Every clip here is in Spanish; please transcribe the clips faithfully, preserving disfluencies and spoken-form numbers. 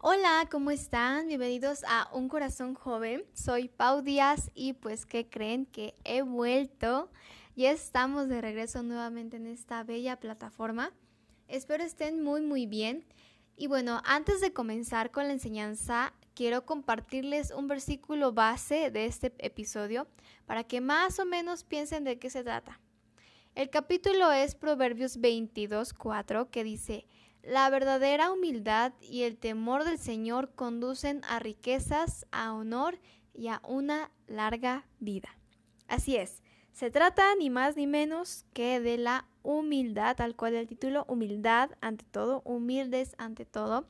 Hola, ¿cómo están? Bienvenidos a Un Corazón Joven. Soy Pau Díaz y pues, ¿qué creen? Que he vuelto. Ya estamos de regreso nuevamente en esta bella plataforma. Espero estén muy muy bien. Y bueno, antes de comenzar con la enseñanza, quiero compartirles un versículo base de este episodio para que más o menos piensen de qué se trata. El capítulo es Proverbios veintidós cuatro, que dice: la verdadera humildad y el temor del Señor conducen a riquezas, a honor y a una larga vida. Así es, se trata ni más ni menos que de la humildad, tal cual el título, humildad ante todo, humildes ante todo.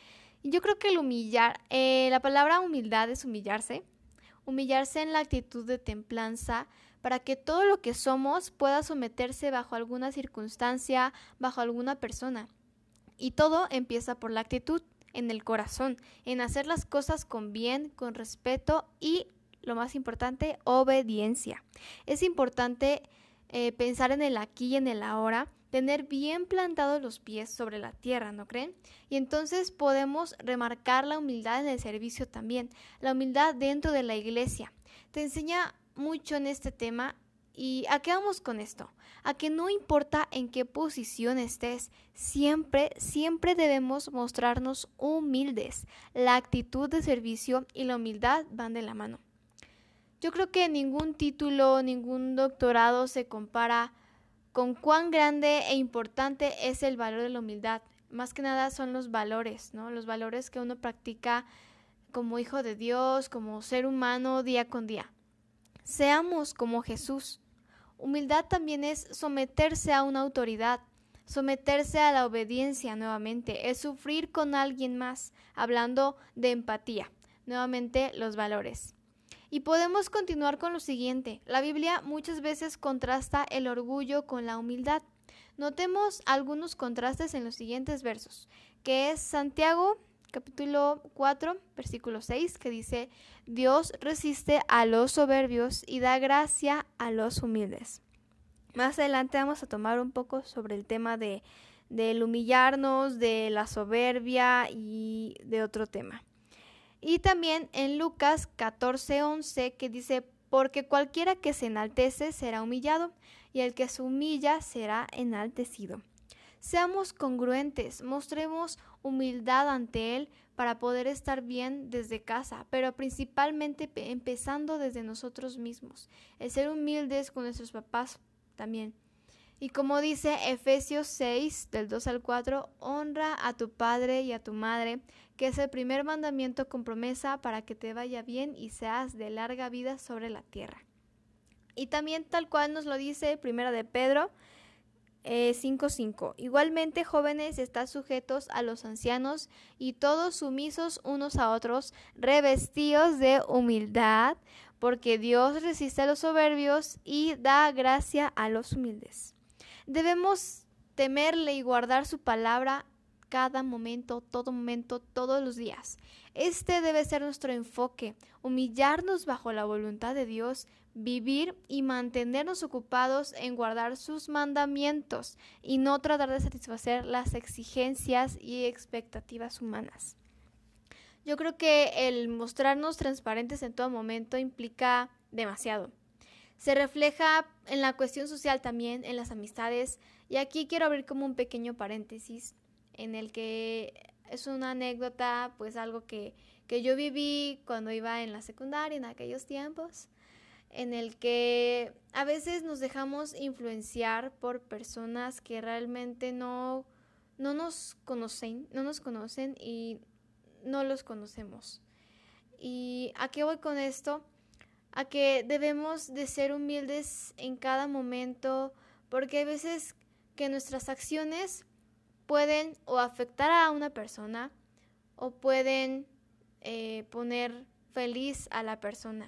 Y yo creo que el humillar, eh, la palabra humildad es humillarse, humillarse en la actitud de templanza, para que todo lo que somos pueda someterse bajo alguna circunstancia, bajo alguna persona. Y todo empieza por la actitud, en el corazón, en hacer las cosas con bien, con respeto y, lo más importante, obediencia. Es importante eh, pensar en el aquí y en el ahora, tener bien plantados los pies sobre la tierra, ¿no creen? Y entonces podemos remarcar la humildad en el servicio también, la humildad dentro de la iglesia. Te enseña mucho en este tema. ¿Y a qué vamos con esto? A que no importa en qué posición estés, siempre, siempre debemos mostrarnos humildes. La actitud de servicio y la humildad van de la mano. Yo creo que ningún título, ningún doctorado se compara con cuán grande e importante es el valor de la humildad. Más que nada son los valores, ¿no? Los valores que uno practica como hijo de Dios, como ser humano día con día. Seamos como Jesús. Humildad también es someterse a una autoridad, someterse a la obediencia nuevamente, es sufrir con alguien más, hablando de empatía, nuevamente los valores. Y podemos continuar con lo siguiente. La Biblia muchas veces contrasta el orgullo con la humildad. Notemos algunos contrastes en los siguientes versos, que es Santiago capítulo cuatro, versículo seis, que dice: Dios resiste a los soberbios y da gracia a los humildes. Más adelante vamos a tomar un poco sobre el tema de del humillarnos, de la soberbia y de otro tema. Y también en Lucas catorce once, que dice: porque cualquiera que se enaltece será humillado, y el que se humilla será enaltecido. Seamos congruentes, mostremos humildad ante Él para poder estar bien desde casa, pero principalmente empezando desde nosotros mismos. El ser humildes con nuestros papás también. Y como dice Efesios seis, del dos al cuatro, honra a tu padre y a tu madre, que es el primer mandamiento con promesa para que te vaya bien y seas de larga vida sobre la tierra. Y también tal cual nos lo dice Primera de Pedro eh, cinco cinco. Igualmente, jóvenes, estad sujetos a los ancianos y todos sumisos unos a otros, revestidos de humildad, porque Dios resiste a los soberbios y da gracia a los humildes. Debemos temerle y guardar su palabra cada momento, todo momento, todos los días. Este debe ser nuestro enfoque, humillarnos bajo la voluntad de Dios, vivir y mantenernos ocupados en guardar sus mandamientos y no tratar de satisfacer las exigencias y expectativas humanas. Yo creo que el mostrarnos transparentes en todo momento implica demasiado. Se refleja en la cuestión social también, en las amistades, y aquí quiero abrir como un pequeño paréntesis en el que es una anécdota, pues algo que, que yo viví cuando iba en la secundaria en aquellos tiempos, en el que a veces nos dejamos influenciar por personas que realmente no, no nos conocen, no nos conocen y no los conocemos. ¿Y a qué voy con esto? A que debemos de ser humildes en cada momento, porque hay veces que nuestras acciones pueden o afectar a una persona o pueden eh, poner feliz a la persona.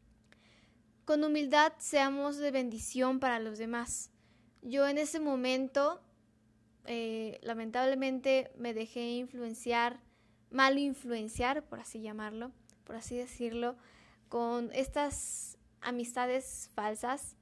Con humildad seamos de bendición para los demás. Yo en ese momento, eh, lamentablemente, me dejé influenciar, mal influenciar, por así llamarlo, por así decirlo, con estas amistades falsas,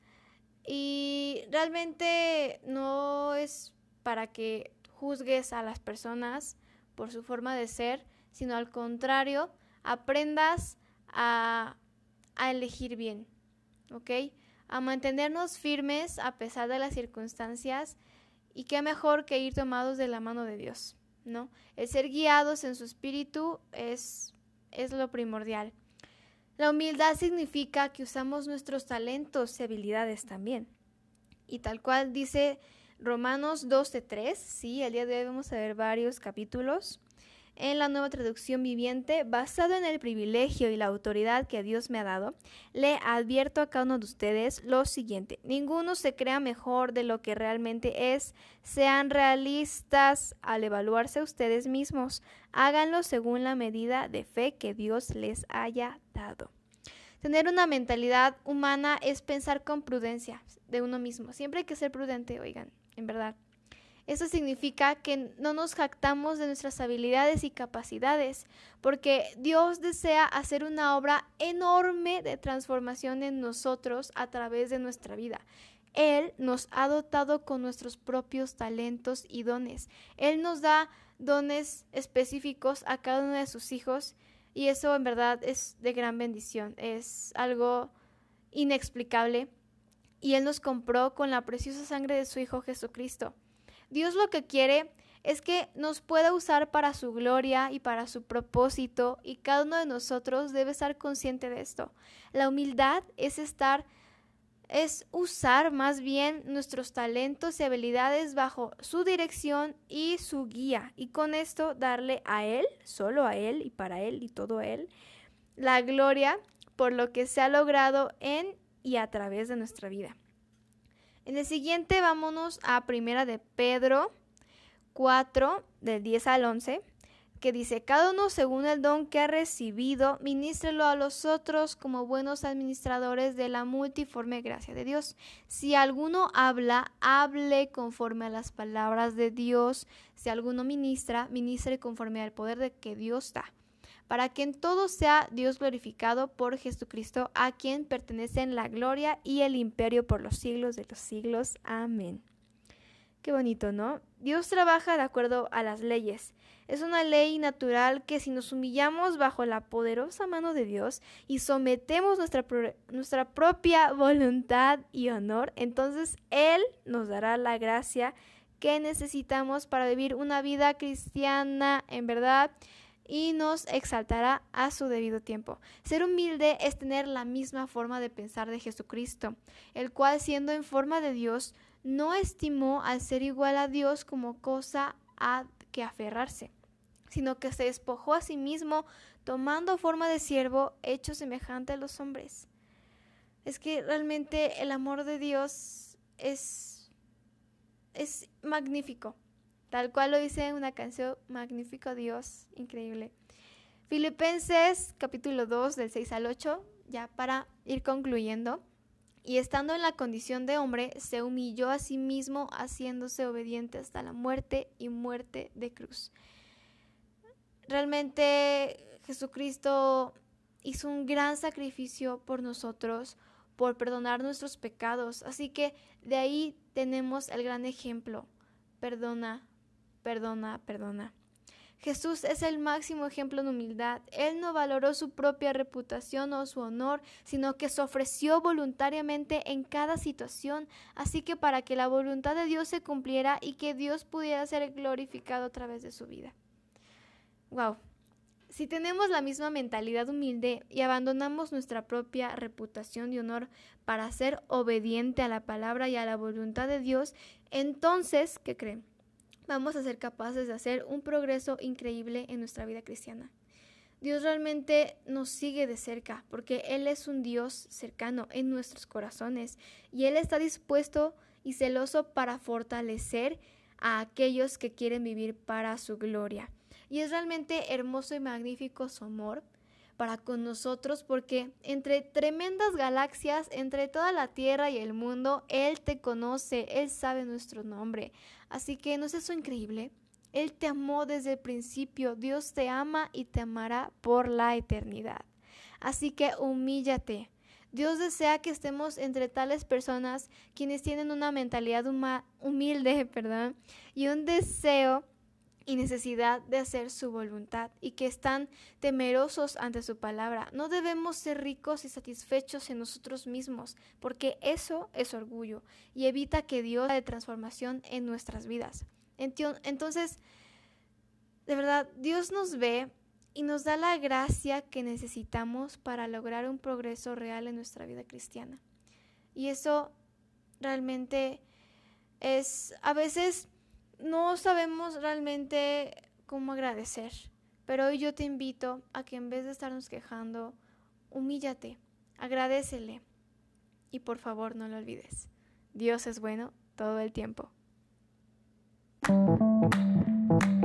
y realmente no es para que juzgues a las personas por su forma de ser, sino al contrario, aprendas a, a elegir bien, ¿ok? A mantenernos firmes a pesar de las circunstancias, y qué mejor que ir tomados de la mano de Dios, ¿no? El ser guiados en su espíritu es, es lo primordial. La humildad significa que usamos nuestros talentos y habilidades también. Y tal cual dice Romanos doce tres, sí, el día de hoy vamos a ver varios capítulos en la Nueva Traducción Viviente, basado en el privilegio y la autoridad que Dios me ha dado, le advierto a cada uno de ustedes lo siguiente: ninguno se crea mejor de lo que realmente es. Sean realistas al evaluarse a ustedes mismos. Háganlo según la medida de fe que Dios les haya dado. Tener una mentalidad humana es pensar con prudencia de uno mismo. Siempre hay que ser prudente, oigan, en verdad. Eso significa que no nos jactamos de nuestras habilidades y capacidades, porque Dios desea hacer una obra enorme de transformación en nosotros a través de nuestra vida. Él nos ha dotado con nuestros propios talentos y dones. Él nos da dones específicos a cada uno de sus hijos, y eso en verdad es de gran bendición. Es algo inexplicable, y Él nos compró con la preciosa sangre de su Hijo Jesucristo. Dios lo que quiere es que nos pueda usar para su gloria y para su propósito, y cada uno de nosotros debe estar consciente de esto. La humildad es estar, es usar más bien nuestros talentos y habilidades bajo su dirección y su guía, y con esto darle a Él, solo a Él y para Él y todo a Él, la gloria por lo que se ha logrado en y a través de nuestra vida. En el siguiente vámonos a Primera de Pedro cuatro, del diez al once, que dice: cada uno según el don que ha recibido, ministrelo a los otros como buenos administradores de la multiforme gracia de Dios. Si alguno habla, hable conforme a las palabras de Dios. Si alguno ministra, ministre conforme al poder de que Dios da, para que en todo sea Dios glorificado por Jesucristo, a quien pertenecen la gloria y el imperio por los siglos de los siglos. Amén. Qué bonito, ¿no? Dios trabaja de acuerdo a las leyes. Es una ley natural que si nos humillamos bajo la poderosa mano de Dios y sometemos nuestra, pro- nuestra propia voluntad y honor, entonces Él nos dará la gracia que necesitamos para vivir una vida cristiana en verdad, y nos exaltará a su debido tiempo. Ser humilde es tener la misma forma de pensar de Jesucristo, el cual, siendo en forma de Dios, no estimó al ser igual a Dios como cosa a que aferrarse, sino que se despojó a sí mismo, tomando forma de siervo, hecho semejante a los hombres. Es que realmente el amor de Dios es, es magnífico. Tal cual lo dice una canción: magnífico Dios, increíble. Filipenses capítulo dos, del seis al ocho, ya para ir concluyendo. Y estando en la condición de hombre, se humilló a sí mismo, haciéndose obediente hasta la muerte y muerte de cruz. Realmente Jesucristo hizo un gran sacrificio por nosotros, por perdonar nuestros pecados. Así que de ahí tenemos el gran ejemplo: perdona, perdona, perdona. Jesús es el máximo ejemplo de humildad. Él no valoró su propia reputación o su honor, sino que se ofreció voluntariamente en cada situación. Así que para que la voluntad de Dios se cumpliera y que Dios pudiera ser glorificado a través de su vida. Wow. Si tenemos la misma mentalidad humilde y abandonamos nuestra propia reputación y honor para ser obediente a la palabra y a la voluntad de Dios, entonces, ¿qué creen? Vamos a ser capaces de hacer un progreso increíble en nuestra vida cristiana. Dios realmente nos sigue de cerca, porque Él es un Dios cercano en nuestros corazones, y Él está dispuesto y celoso para fortalecer a aquellos que quieren vivir para su gloria. Y es realmente hermoso y magnífico su amor para con nosotros, porque entre tremendas galaxias, entre toda la tierra y el mundo, Él te conoce, Él sabe nuestro nombre. Así que, ¿no es eso increíble? Él te amó desde el principio. Dios te ama y te amará por la eternidad. Así que humíllate. Dios desea que estemos entre tales personas quienes tienen una mentalidad huma- humilde, perdón, y un deseo y necesidad de hacer su voluntad y que están temerosos ante su palabra. No debemos ser ricos y satisfechos en nosotros mismos, porque eso es orgullo y evita que Dios haga transformación en nuestras vidas. Entonces, de verdad, Dios nos ve y nos da la gracia que necesitamos para lograr un progreso real en nuestra vida cristiana. Y eso realmente es, a veces no sabemos realmente cómo agradecer, pero hoy yo te invito a que en vez de estarnos quejando, humíllate, agradécele y por favor no lo olvides. Dios es bueno todo el tiempo.